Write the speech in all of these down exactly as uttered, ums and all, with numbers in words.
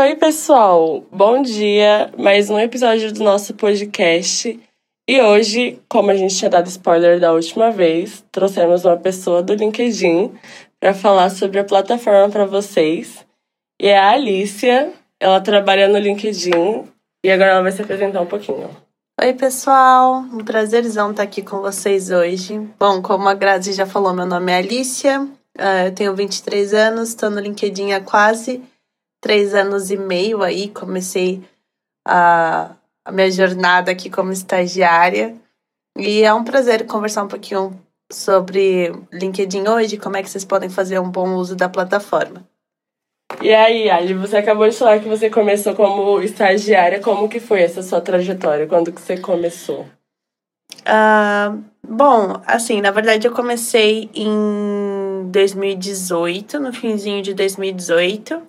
Oi, pessoal! Bom dia! Mais um episódio do nosso podcast. E hoje, como a gente tinha dado spoiler da última vez, trouxemos uma pessoa do LinkedIn para falar sobre a plataforma para vocês. E é a Alicia. Ela trabalha no LinkedIn e agora ela vai se apresentar um pouquinho. Oi, pessoal! Um prazerzão estar aqui com vocês hoje. Bom, como a Grazi já falou, meu nome é Alicia. Eu tenho vinte e três anos, estou no LinkedIn há quase três anos e meio aí. Comecei a, a minha jornada aqui como estagiária. E é um prazer conversar um pouquinho sobre LinkedIn hoje, como é que vocês podem fazer um bom uso da plataforma. E aí, Ali, você acabou de falar que você começou como estagiária. Como que foi essa sua trajetória? Quando que você começou? Uh, bom, assim, na verdade eu comecei em dois mil e dezoito, no finzinho de dois mil e dezoito.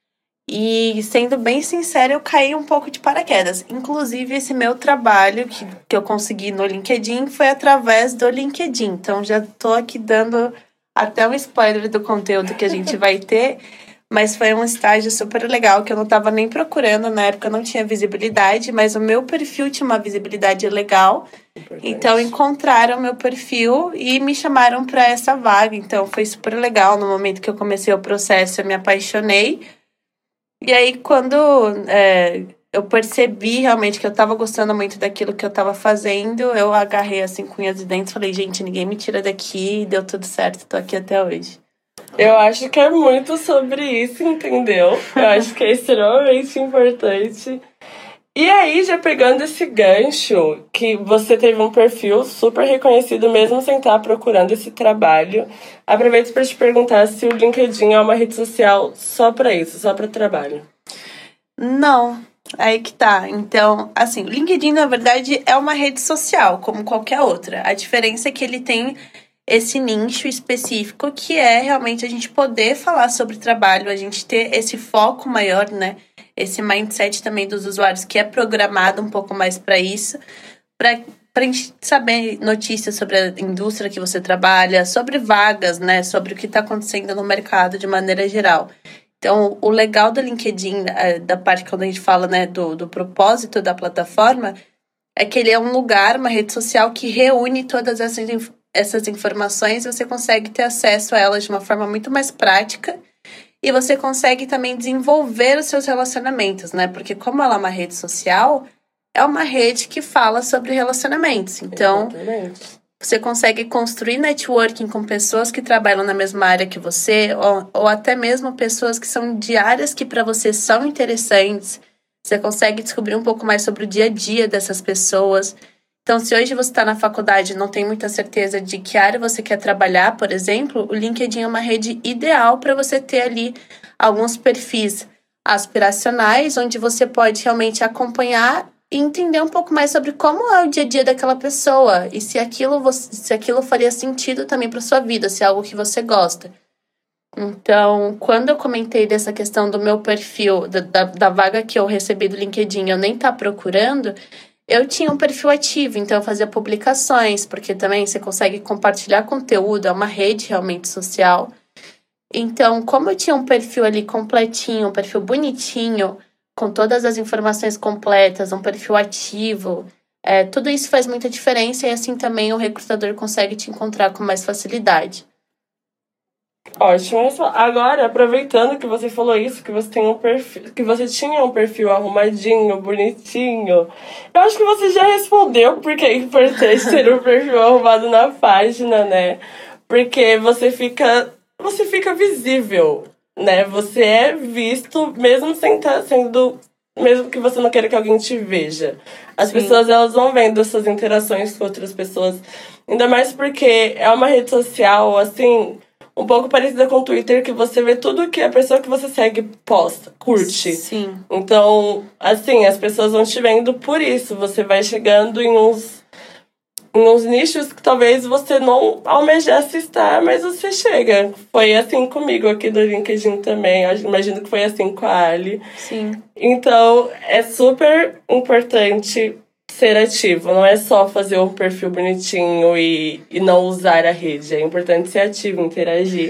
E, sendo bem sincera, eu caí um pouco de paraquedas. Inclusive, esse meu trabalho que, que eu consegui no LinkedIn foi através do LinkedIn. Então, já tô aqui dando até um spoiler do conteúdo que a gente vai ter. Mas foi um estágio super legal, que eu não tava nem procurando. Na época, eu não tinha visibilidade, mas o meu perfil tinha uma visibilidade legal. Importante. Então, encontraram o meu perfil e me chamaram para essa vaga. Então, foi super legal. No momento que eu comecei o processo, eu me apaixonei. E aí, quando é, eu percebi realmente que eu tava gostando muito daquilo que eu tava fazendo, eu agarrei assim com unhas e dentes e falei, gente, ninguém me tira daqui, deu tudo certo, tô aqui até hoje. Eu acho que é muito sobre isso, entendeu? Eu acho que é extremamente importante. E aí, já pegando esse gancho, que você teve um perfil super reconhecido mesmo sem estar procurando esse trabalho, aproveito para te perguntar se o LinkedIn é uma rede social só para isso, só para trabalho. Não, aí que tá. Então, assim, o LinkedIn, na verdade, é uma rede social, como qualquer outra. A diferença é que ele tem esse nicho específico, que é realmente a gente poder falar sobre trabalho, a gente ter esse foco maior, né? Esse mindset também dos usuários que é programado um pouco mais para isso, para a gente saber notícias sobre a indústria que você trabalha, sobre vagas, né? Sobre o que está acontecendo no mercado de maneira geral. Então, o legal do LinkedIn, da parte quando a gente fala, né, do, do propósito da plataforma, é que ele é um lugar, uma rede social que reúne todas essas informações. Essas informações, você consegue ter acesso a elas de uma forma muito mais prática e você consegue também desenvolver os seus relacionamentos, né? Porque como ela é uma rede social, é uma rede que fala sobre relacionamentos. Então, exatamente, você consegue construir networking com pessoas que trabalham na mesma área que você ou, ou até mesmo pessoas que são de áreas que para você são interessantes. Você consegue descobrir um pouco mais sobre o dia a dia dessas pessoas. Então, se hoje você está na faculdade e não tem muita certeza de que área você quer trabalhar, por exemplo, o LinkedIn é uma rede ideal para você ter ali alguns perfis aspiracionais, onde você pode realmente acompanhar e entender um pouco mais sobre como é o dia a dia daquela pessoa e se aquilo, se aquilo faria sentido também para sua vida, se é algo que você gosta. Então, quando eu comentei dessa questão do meu perfil, da, da, da vaga que eu recebi do LinkedIn, eu nem tá procurando, eu tinha um perfil ativo, então eu fazia publicações, porque também você consegue compartilhar conteúdo, é uma rede realmente social. Então, como eu tinha um perfil ali completinho, um perfil bonitinho, com todas as informações completas, um perfil ativo, é, tudo isso faz muita diferença e assim também o recrutador consegue te encontrar com mais facilidade. Ótimo. Agora, aproveitando que você falou isso, que você tem um perfil, que você tinha um perfil arrumadinho, bonitinho, eu acho que você já respondeu porque é importante ter um perfil arrumado na página, né? Porque você fica, você fica visível, né? Você é visto mesmo sem estar sendo, mesmo que você não queira que alguém te veja. As Sim. pessoas, elas vão vendo essas interações com outras pessoas, ainda mais porque é uma rede social, assim, um pouco parecida com o Twitter, que você vê tudo que a pessoa que você segue posta, curte. Sim. Então, assim, as pessoas vão te vendo por isso. Você vai chegando em uns, em uns nichos que talvez você não almejasse estar, mas você chega. Foi assim comigo aqui do LinkedIn também. Eu imagino que foi assim com a Ali. Sim. Então, é super importante ser ativo, não é só fazer um perfil bonitinho e, e não usar a rede. É importante ser ativo, interagir.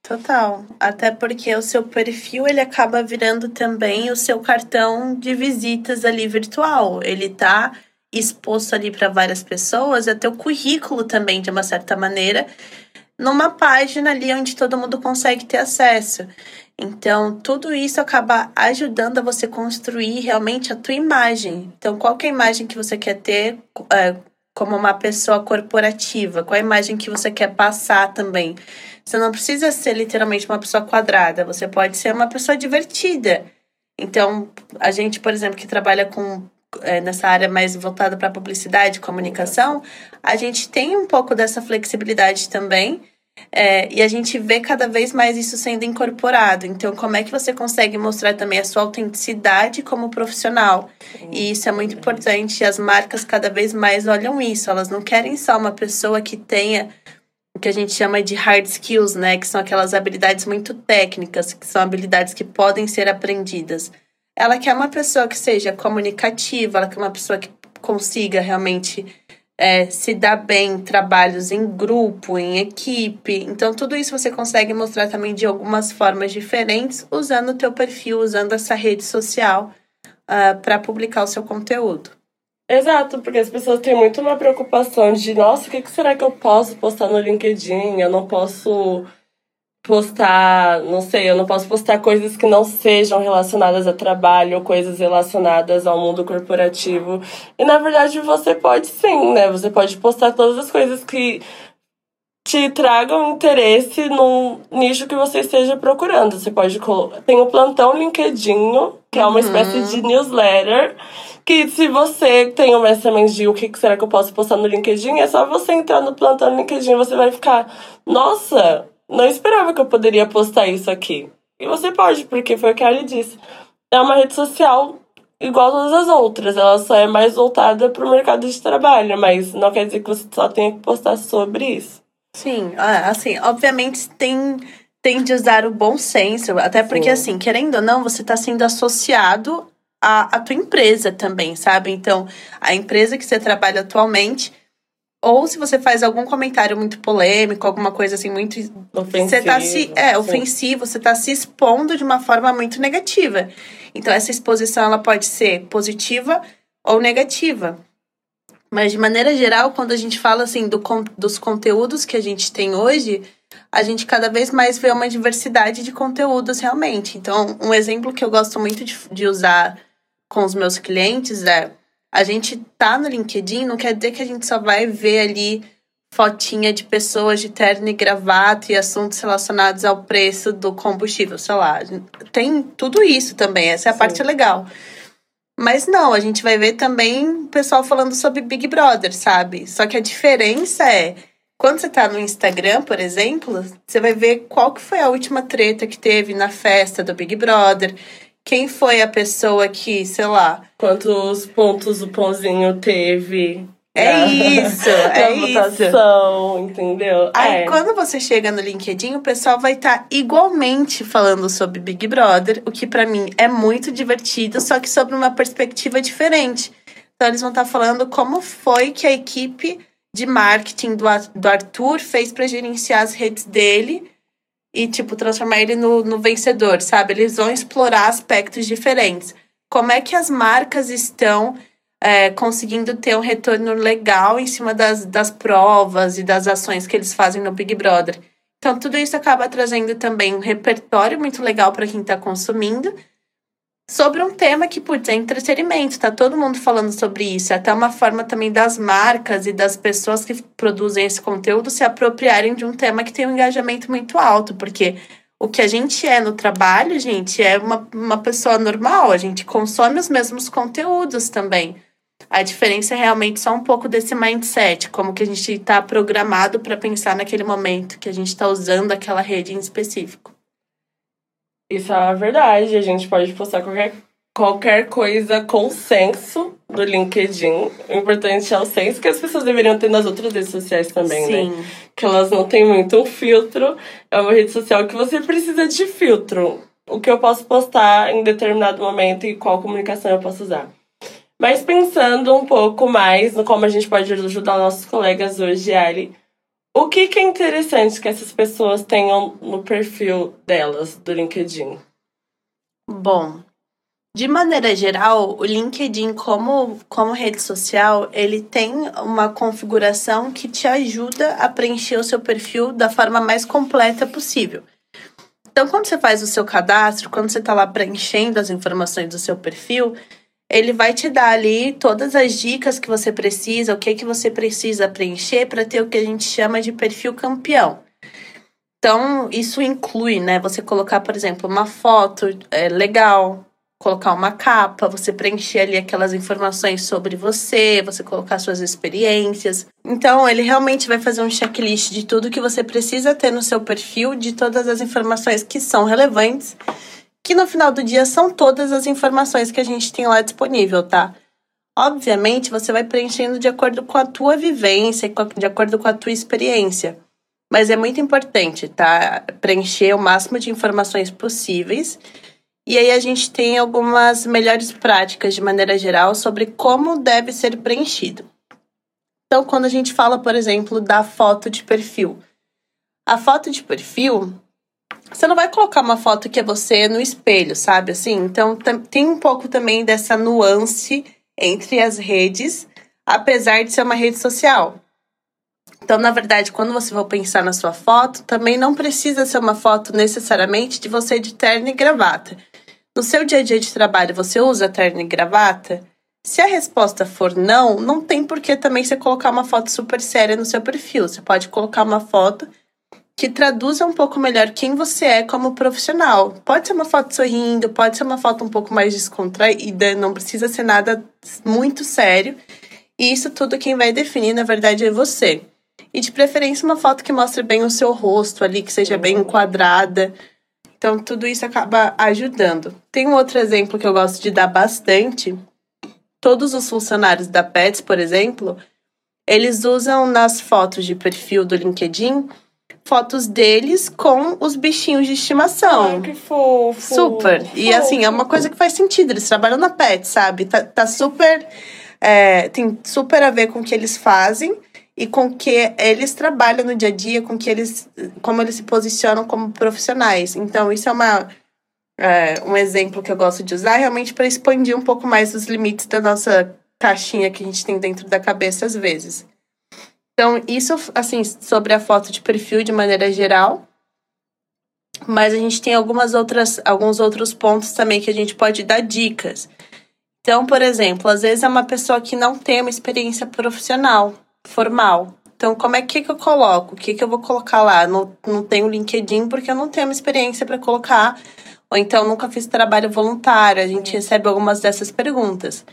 Total. Até porque o seu perfil, ele acaba virando também o seu cartão de visitas ali virtual. Ele tá exposto ali para várias pessoas, é teu currículo também, de uma certa maneira, numa página ali onde todo mundo consegue ter acesso. Então, tudo isso acaba ajudando a você construir realmente a tua imagem. Então, qual que é a imagem que você quer ter é, como uma pessoa corporativa? Qual é a imagem que você quer passar também? Você não precisa ser literalmente uma pessoa quadrada, você pode ser uma pessoa divertida. Então, a gente, por exemplo, que trabalha com é, nessa área mais voltada para publicidade e comunicação, a gente tem um pouco dessa flexibilidade também, é, e a gente vê cada vez mais isso sendo incorporado. Então, como é que você consegue mostrar também a sua autenticidade como profissional? E isso é muito importante, e as marcas cada vez mais olham isso. Elas não querem só uma pessoa que tenha o que a gente chama de hard skills, né? Que são aquelas habilidades muito técnicas, que são habilidades que podem ser aprendidas. Ela quer uma pessoa que seja comunicativa, ela quer uma pessoa que consiga realmente é, se dar bem em trabalhos em grupo, em equipe. Então, tudo isso você consegue mostrar também de algumas formas diferentes, usando o teu perfil, usando essa rede social uh, para publicar o seu conteúdo. Exato, porque as pessoas têm muito uma preocupação de, nossa, o que será que eu posso postar no LinkedIn? Eu não posso postar, não sei, eu não posso postar coisas que não sejam relacionadas a trabalho ou coisas relacionadas ao mundo corporativo. E, na verdade, você pode sim, né? Você pode postar todas as coisas que te tragam interesse no nicho que você esteja procurando. Você pode colocar... Tem o Plantão LinkedIn, que é uma uhum. espécie de newsletter, que se você tem uma S M de o que será que eu posso postar no LinkedIn, é só você entrar no Plantão LinkedIn, você vai ficar, nossa, não esperava que eu poderia postar isso aqui. E você pode, porque foi o que a Ali disse. É uma rede social igual a todas as outras, ela só é mais voltada para o mercado de trabalho, mas não quer dizer que você só tenha que postar sobre isso. Sim, assim, obviamente tem, tem de usar o bom senso, até porque, Sim. assim, querendo ou não, você está sendo associado à, à tua empresa também, sabe? Então, a empresa que você trabalha atualmente, ou se você faz algum comentário muito polêmico, alguma coisa assim muito... Ofensivo. Você tá se, é, ofensivo, você está se expondo de uma forma muito negativa. Então, essa exposição, ela pode ser positiva ou negativa. Mas, de maneira geral, quando a gente fala, assim, do, dos conteúdos que a gente tem hoje, a gente cada vez mais vê uma diversidade de conteúdos, realmente. Então, um exemplo que eu gosto muito de, de usar com os meus clientes é... A gente tá no LinkedIn, não quer dizer que a gente só vai ver ali fotinha de pessoas de terno e gravata e assuntos relacionados ao preço do combustível, sei lá. Tem tudo isso também, essa é a Sim. parte legal. Mas não, a gente vai ver também o pessoal falando sobre Big Brother, sabe? Só que a diferença é, quando você tá no Instagram, por exemplo, você vai ver qual que foi a última treta que teve na festa do Big Brother, quem foi a pessoa que, sei lá... Quantos pontos o pãozinho teve... É na, isso, é votação, isso. Entendeu? Aí, é. quando você chega no LinkedIn, o pessoal vai estar tá igualmente falando sobre Big Brother, o que pra mim é muito divertido, só que sobre uma perspectiva diferente. Então, eles vão estar tá falando como foi que a equipe de marketing do, do Arthur fez pra gerenciar as redes dele e, tipo, transformar ele no, no vencedor, sabe? Eles vão explorar aspectos diferentes. Como é que as marcas estão... É, conseguindo ter um retorno legal em cima das, das provas e das ações que eles fazem no Big Brother. Então, tudo isso acaba trazendo também um repertório muito legal para quem está consumindo sobre um tema que, putz, é entretenimento. Tá todo mundo falando sobre isso. É até uma forma também das marcas e das pessoas que produzem esse conteúdo se apropriarem de um tema que tem um engajamento muito alto, porque... O que a gente é no trabalho, gente, é uma, uma pessoa normal. A gente consome os mesmos conteúdos também. A diferença é realmente só um pouco desse mindset, como que a gente está programado para pensar naquele momento que a gente está usando aquela rede em específico. Isso é a verdade. A gente pode postar qualquer, qualquer coisa com senso do LinkedIn. O importante é o senso que as pessoas deveriam ter nas outras redes sociais também, Sim. né? Que elas não têm muito um filtro. É uma rede social que você precisa de filtro. O que eu posso postar em determinado momento e qual comunicação eu posso usar. Mas pensando um pouco mais no como a gente pode ajudar nossos colegas hoje, Ali, O que, que é interessante que essas pessoas tenham no perfil delas, do LinkedIn? Bom, de maneira geral, o LinkedIn como, como rede social, ele tem uma configuração que te ajuda a preencher o seu perfil da forma mais completa possível. Então, quando você faz o seu cadastro, quando você está lá preenchendo as informações do seu perfil, ele vai te dar ali todas as dicas que você precisa, o que, que você precisa preencher para ter o que a gente chama de perfil campeão. Então, isso inclui, né, você colocar, por exemplo, uma foto é, legal, colocar uma capa, você preencher ali aquelas informações sobre você, você colocar suas experiências. Então, ele realmente vai fazer um checklist de tudo que você precisa ter no seu perfil, de todas as informações que são relevantes, que no final do dia são todas as informações que a gente tem lá disponível, tá? Obviamente, você vai preenchendo de acordo com a tua vivência, de acordo com a tua experiência. Mas é muito importante, tá? Preencher o máximo de informações possíveis. E aí a gente tem algumas melhores práticas, de maneira geral, sobre como deve ser preenchido. Então, quando a gente fala, por exemplo, da foto de perfil. A foto de perfil, você não vai colocar uma foto que é você no espelho, sabe? Assim, então, tem um pouco também dessa nuance entre as redes, apesar de ser uma rede social. Então, na verdade, quando você for pensar na sua foto, também não precisa ser uma foto necessariamente de você de terno e gravata. No seu dia a dia de trabalho, você usa terno e gravata? Se a resposta for não, não tem por que também você colocar uma foto super séria no seu perfil. Você pode colocar uma foto que traduza um pouco melhor quem você é como profissional. Pode ser uma foto sorrindo, pode ser uma foto um pouco mais descontraída, não precisa ser nada muito sério. E isso tudo quem vai definir, na verdade, é você. E de preferência uma foto que mostre bem o seu rosto ali, que seja bem enquadrada. Então, tudo isso acaba ajudando. Tem um outro exemplo que eu gosto de dar bastante. Todos os funcionários da Petz, por exemplo, eles usam nas fotos de perfil do LinkedIn fotos deles com os bichinhos de estimação. Ai, que fofo. Super. Fofo. E assim, é uma coisa que faz sentido. Eles trabalham na Petz, sabe? Tá, tá super... É, tem super a ver com o que eles fazem e com o que eles trabalham no dia a dia, com que eles, como eles se posicionam como profissionais. Então, isso é, uma, é um exemplo que eu gosto de usar realmente para expandir um pouco mais os limites da nossa caixinha que a gente tem dentro da cabeça às vezes. Então, isso, assim, sobre a foto de perfil de maneira geral. Mas a gente tem algumas outras, alguns outros pontos também que a gente pode dar dicas. Então, por exemplo, às vezes é uma pessoa que não tem uma experiência profissional, formal. Então, como é que, que eu coloco? O que, que eu vou colocar lá? Não, não tenho LinkedIn porque eu não tenho uma experiência para colocar. Ou então, nunca fiz trabalho voluntário. A gente recebe algumas dessas perguntas.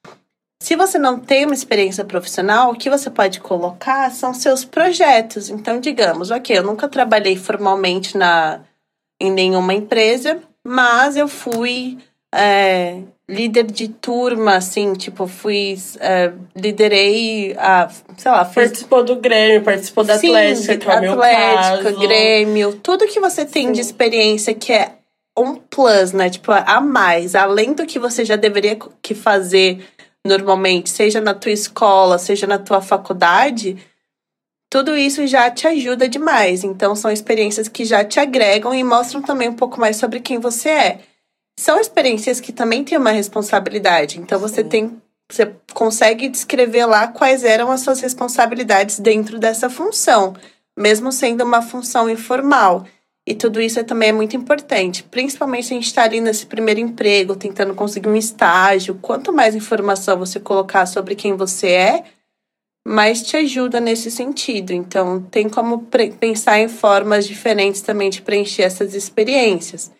Se você não tem uma experiência profissional, o que você pode colocar são seus projetos. Então, digamos, ok, eu nunca trabalhei formalmente na, em nenhuma empresa, mas eu fui... É, líder de turma, assim, tipo, fui, uh, liderei a, sei lá... Fiz... Participou do Grêmio, participou da Sim, Atlética, que é o meu caso. Atlética, Grêmio, tudo que você tem Sim. de experiência que é um plus, né, tipo, a mais, além do que você já deveria que fazer normalmente, seja na tua escola, seja na tua faculdade, tudo isso já te ajuda demais. Então, são experiências que já te agregam e mostram também um pouco mais sobre quem você é. São experiências que também têm uma responsabilidade. Então, você tem, você consegue descrever lá quais eram as suas responsabilidades dentro dessa função, mesmo sendo uma função informal. E tudo isso é, também é muito importante. Principalmente se a gente está ali nesse primeiro emprego, tentando conseguir um estágio. Quanto mais informação você colocar sobre quem você é, mais te ajuda nesse sentido. Então, tem como pre- pensar em formas diferentes também de preencher essas experiências.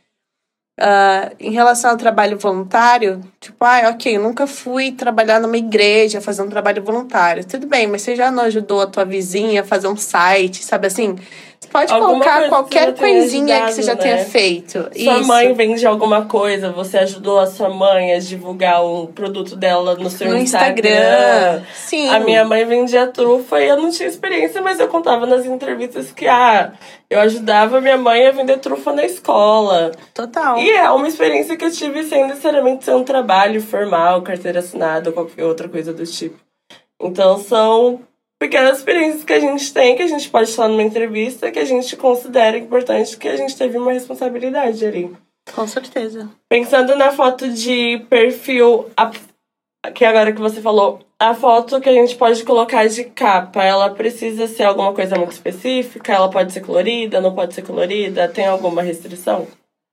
Uh, em relação ao trabalho voluntário, tipo, ah, ok, eu nunca fui trabalhar numa igreja, fazer um trabalho voluntário. Tudo bem, mas você já não ajudou a tua vizinha a fazer um site, sabe assim? Você pode Alguma colocar qualquer coisinha ajudado, que você já né? tenha feito. Sua Isso. mãe vende alguma coisa, você ajudou a sua mãe a divulgar o produto dela no seu no Instagram. Instagram. Sim. A minha mãe vendia trufa e eu não tinha experiência, mas eu contava nas entrevistas que, ah, eu ajudava minha mãe a vender trufa na escola. Total. E é uma experiência que eu tive sem necessariamente ser um trabalho formal, carteira assinada ou qualquer outra coisa do tipo. Então, são Porque é as experiências que a gente tem, que a gente pode falar numa entrevista, que a gente considera importante, que a gente teve uma responsabilidade ali. Com certeza. Pensando na foto de perfil, a, que agora que você falou, a foto que a gente pode colocar de capa, ela precisa ser alguma coisa muito específica? Ela pode ser colorida, não pode ser colorida? Tem alguma restrição?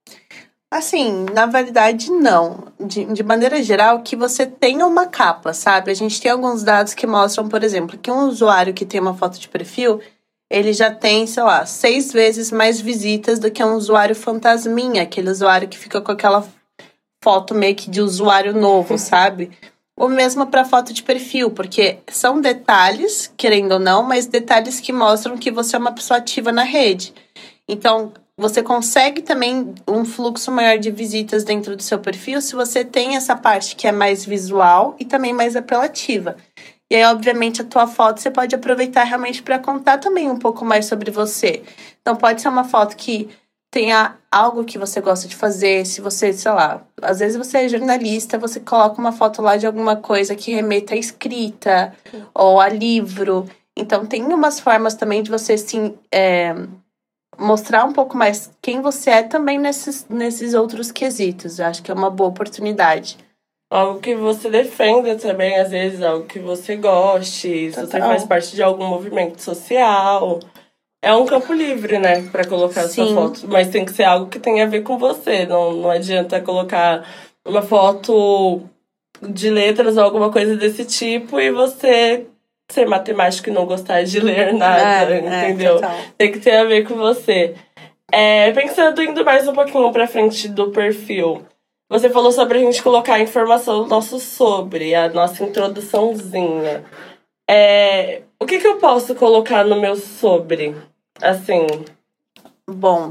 Assim, na verdade, não. De, de maneira geral, que você tenha uma capa, sabe? A gente tem alguns dados que mostram, por exemplo, que um usuário que tem uma foto de perfil, ele já tem, sei lá, seis vezes mais visitas do que um usuário fantasminha, aquele usuário que fica com aquela foto meio que de usuário novo, sabe? O mesmo para foto de perfil, porque são detalhes, querendo ou não, mas detalhes que mostram que você é uma pessoa ativa na rede. Então, você consegue também um fluxo maior de visitas dentro do seu perfil se você tem essa parte que é mais visual e também mais apelativa. E aí, obviamente, a tua foto você pode aproveitar realmente para contar também um pouco mais sobre você. Então, pode ser uma foto que tenha algo que você gosta de fazer. Se você, sei lá, às vezes você é jornalista, você coloca uma foto lá de alguma coisa que remeta à escrita ou a livro. Então, tem umas formas também de você, sim, é, mostrar um pouco mais quem você é também nesses, nesses outros quesitos. Eu acho que é uma boa oportunidade. Algo que você defenda também, às vezes, algo que você goste, se você faz parte de algum movimento social. É um campo livre, né, pra colocar a sua foto. Mas tem que ser algo que tenha a ver com você. Não, não adianta colocar uma foto de letras ou alguma coisa desse tipo e você ser matemático e não gostar de ler nada, é, entendeu? É, tem que ter a ver com você. É, pensando, indo mais um pouquinho pra frente do perfil. Você falou sobre a gente colocar a informação nosso sobre, a nossa introduçãozinha. É, o que, que eu posso colocar no meu sobre? Assim. Bom,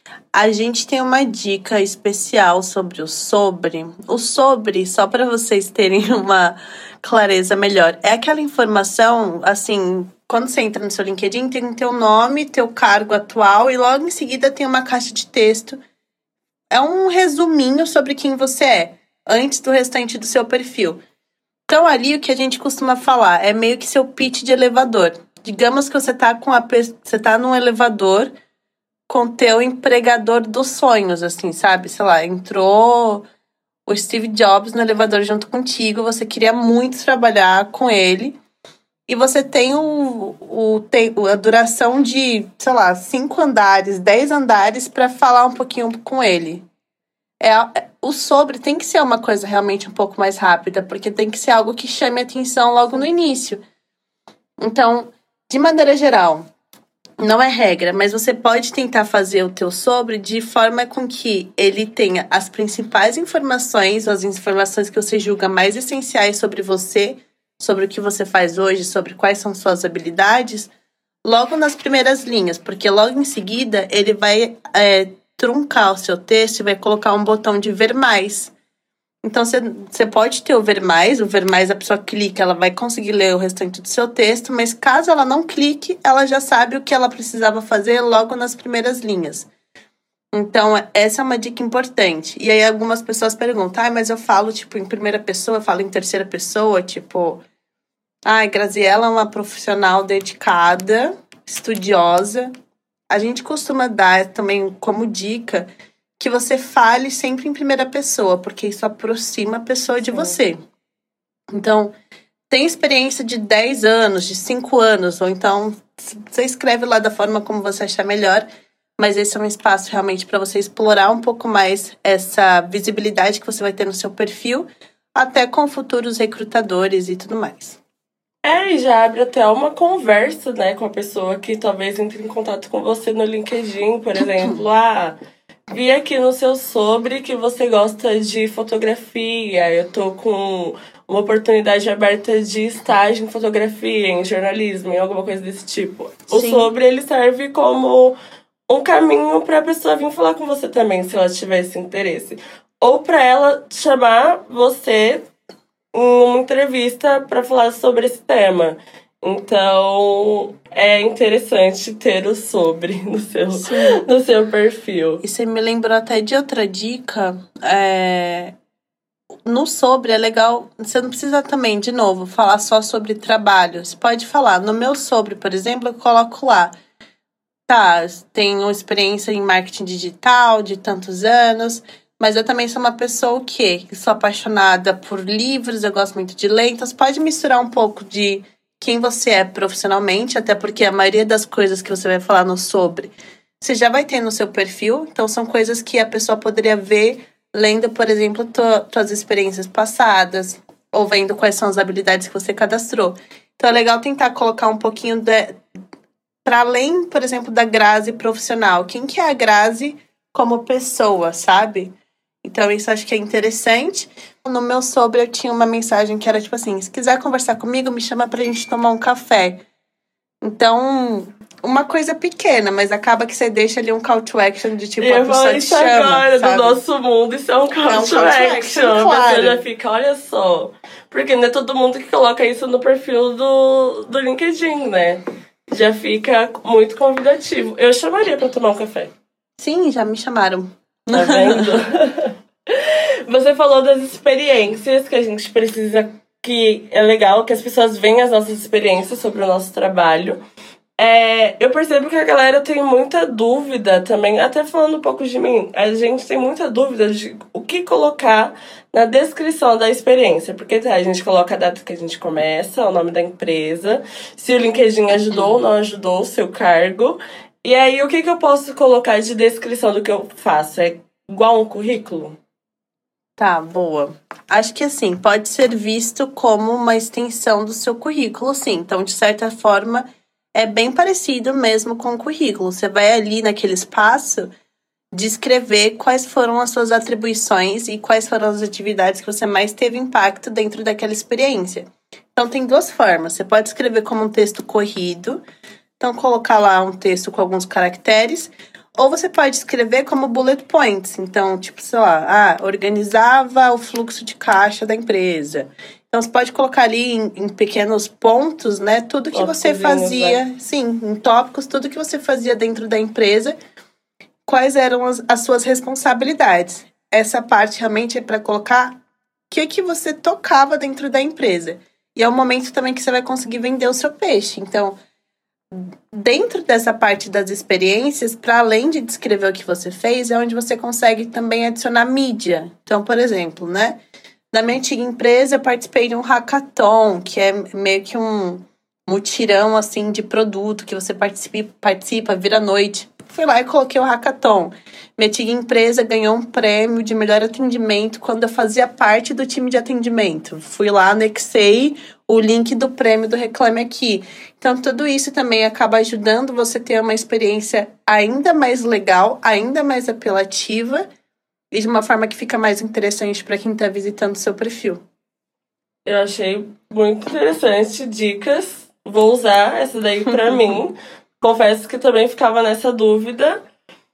a gente tem uma dica especial sobre o sobre. O sobre, só para vocês terem uma clareza melhor, é aquela informação, assim, quando você entra no seu LinkedIn, tem teu nome, teu cargo atual e logo em seguida tem uma caixa de texto. É um resuminho sobre quem você é, antes do restante do seu perfil. Então, ali, o que a gente costuma falar é meio que seu pitch de elevador. Digamos que você tá, com a, você tá num elevador com teu empregador dos sonhos, assim, sabe? Sei lá, entrou o Steve Jobs no elevador junto contigo, você queria muito trabalhar com ele, e você tem o, o, a duração de, sei lá, cinco andares, dez andares para falar um pouquinho com ele. É, o sobre tem que ser uma coisa realmente um pouco mais rápida, porque tem que ser algo que chame a atenção logo no início. Então, de maneira geral, não é regra, mas você pode tentar fazer o teu sobre de forma com que ele tenha as principais informações, as informações que você julga mais essenciais sobre você, sobre o que você faz hoje, sobre quais são suas habilidades, logo nas primeiras linhas, porque logo em seguida ele vai é, truncar o seu texto e vai colocar um botão de ver mais. Então, você pode ter o ver mais, o ver mais a pessoa clica, ela vai conseguir ler o restante do seu texto, mas caso ela não clique, ela já sabe o que ela precisava fazer logo nas primeiras linhas. Então, essa é uma dica importante. E aí, algumas pessoas perguntam, ah, mas eu falo, tipo, em primeira pessoa, eu falo em terceira pessoa, tipo... Ah, Graziella é uma profissional dedicada, estudiosa. A gente costuma dar também como dica que você fale sempre em primeira pessoa, porque isso aproxima a pessoa de Sim. você. Então, tem experiência de dez anos, de cinco anos, ou então você escreve lá da forma como você achar melhor, mas esse é um espaço realmente para você explorar um pouco mais essa visibilidade que você vai ter no seu perfil, até com futuros recrutadores e tudo mais. É, e já abre até uma conversa, né, com a pessoa que talvez entre em contato com você no LinkedIn, por exemplo. Ah, vi aqui no seu sobre que você gosta de fotografia, eu tô com uma oportunidade aberta de estágio em fotografia, em jornalismo, em alguma coisa desse tipo. O Sim. sobre, ele serve como um caminho para a pessoa vir falar com você também, se ela tiver esse interesse. Ou para ela chamar você em uma entrevista para falar sobre esse tema. Então, é interessante ter o sobre no seu, no seu perfil. E você me lembrou até de outra dica. É... no sobre é legal, você não precisa também, de novo, falar só sobre trabalho. Você pode falar, no meu sobre, por exemplo, eu coloco lá, tá, tenho experiência em marketing digital de tantos anos, mas eu também sou uma pessoa o quê? Que sou apaixonada por livros, eu gosto muito de ler, então você pode misturar um pouco de quem você é profissionalmente, até porque a maioria das coisas que você vai falar no sobre, você já vai ter no seu perfil, então são coisas que a pessoa poderia ver lendo, por exemplo, suas experiências passadas, ou vendo quais são as habilidades que você cadastrou. Então é legal tentar colocar um pouquinho de, para além, por exemplo, da Grazi profissional. Quem que é a Grazi como pessoa, sabe? Então isso acho que é interessante. No meu sobre eu tinha uma mensagem que era tipo assim, se quiser conversar comigo, me chama pra gente tomar um café. Então, uma coisa pequena, mas acaba que você deixa ali um call to action de tipo, eu a pessoa te chama, agora, sabe? do nosso mundo, isso é um call, é um to, call action. to action. Claro. A pessoa já fica, olha só. Porque não é todo mundo que coloca isso no perfil do, do LinkedIn, né? Já fica muito convidativo. Eu chamaria pra tomar um café. Sim, já me chamaram. Tá vendo? Você falou das experiências que a gente precisa, que é legal que as pessoas veem as nossas experiências sobre o nosso trabalho. É, eu percebo que a galera tem muita dúvida também, até falando um pouco de mim, a gente tem muita dúvida de o que colocar na descrição da experiência, porque tá, a gente coloca a data que a gente começa, o nome da empresa, se o LinkedIn ajudou ou não ajudou o seu cargo, e aí o que, que eu posso colocar de descrição do que eu faço? É igual um currículo? Tá, boa. Acho que assim, pode ser visto como uma extensão do seu currículo, sim. Então, de certa forma, é bem parecido mesmo com o currículo. Você vai ali naquele espaço descrever quais foram as suas atribuições e quais foram as atividades que você mais teve impacto dentro daquela experiência. Então, tem duas formas. Você pode escrever como um texto corrido, então colocar lá um texto com alguns caracteres, ou você pode escrever como bullet points. Então, tipo, sei lá, ah, organizava o fluxo de caixa da empresa. Então, você pode colocar ali em, em pequenos pontos, né? Tudo que tópicos, você fazia, né? Sim, em tópicos, tudo que você fazia dentro da empresa. Quais eram as, as suas responsabilidades. Essa parte realmente é para colocar o que, que você tocava dentro da empresa. E é o momento também que você vai conseguir vender o seu peixe. Então, dentro dessa parte das experiências, para além de descrever o que você fez, é onde você consegue também adicionar mídia. Então, por exemplo, né? Na minha antiga empresa, eu participei de um hackathon, que é meio que um mutirão, assim, de produto, que você participa, participa vira noite. Fui lá e coloquei o hackathon. Minha antiga empresa ganhou um prêmio de melhor atendimento quando eu fazia parte do time de atendimento. Fui lá, anexei o link do prêmio do Reclame Aqui. Então, tudo isso também acaba ajudando você a ter uma experiência ainda mais legal, ainda mais apelativa e de uma forma que fica mais interessante para quem está visitando o seu perfil. Eu achei muito interessante, dicas. Vou usar essa daí para mim. Confesso que também ficava nessa dúvida,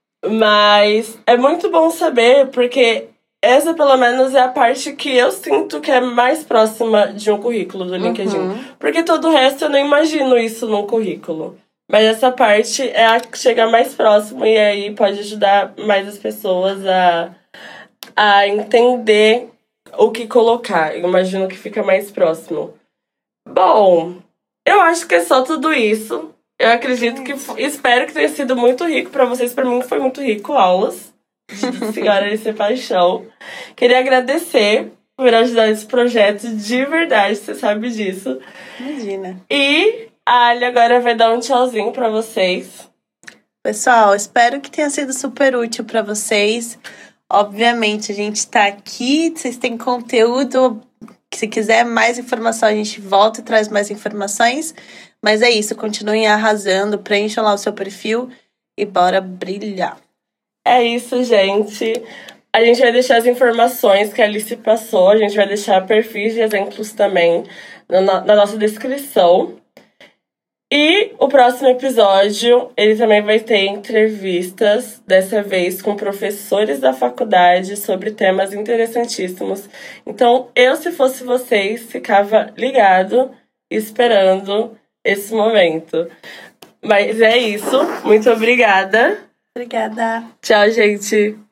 mas é muito bom saber, porque essa, pelo menos, é a parte que eu sinto que é mais próxima de um currículo do LinkedIn. Uhum. Porque todo o resto eu não imagino isso num currículo. Mas essa parte é a que chega mais próximo e aí pode ajudar mais as pessoas a, a entender o que colocar. Eu imagino que fica mais próximo. Bom, eu acho que é só tudo isso. Eu acredito que... Espero que tenha sido muito rico pra vocês. Pra mim foi muito rico. Aulas de Senhora de Ser Paixão. Queria agradecer por ajudar nesse projeto. De verdade, você sabe disso. Imagina. E a Ali agora vai dar um tchauzinho pra vocês. Pessoal, espero que tenha sido super útil pra vocês. Obviamente, a gente tá aqui. Vocês têm conteúdo. Se quiser mais informação, a gente volta e traz mais informações. Mas é isso, continuem arrasando, preencham lá o seu perfil e bora brilhar. É isso, gente. A gente vai deixar as informações que a Alice passou, a gente vai deixar perfis de exemplos também na, na nossa descrição. E o próximo episódio, ele também vai ter entrevistas, dessa vez com professores da faculdade sobre temas interessantíssimos. Então, eu, se fosse vocês, ficava ligado, esperando esse momento. Mas é isso. Muito obrigada. Obrigada. Tchau, gente.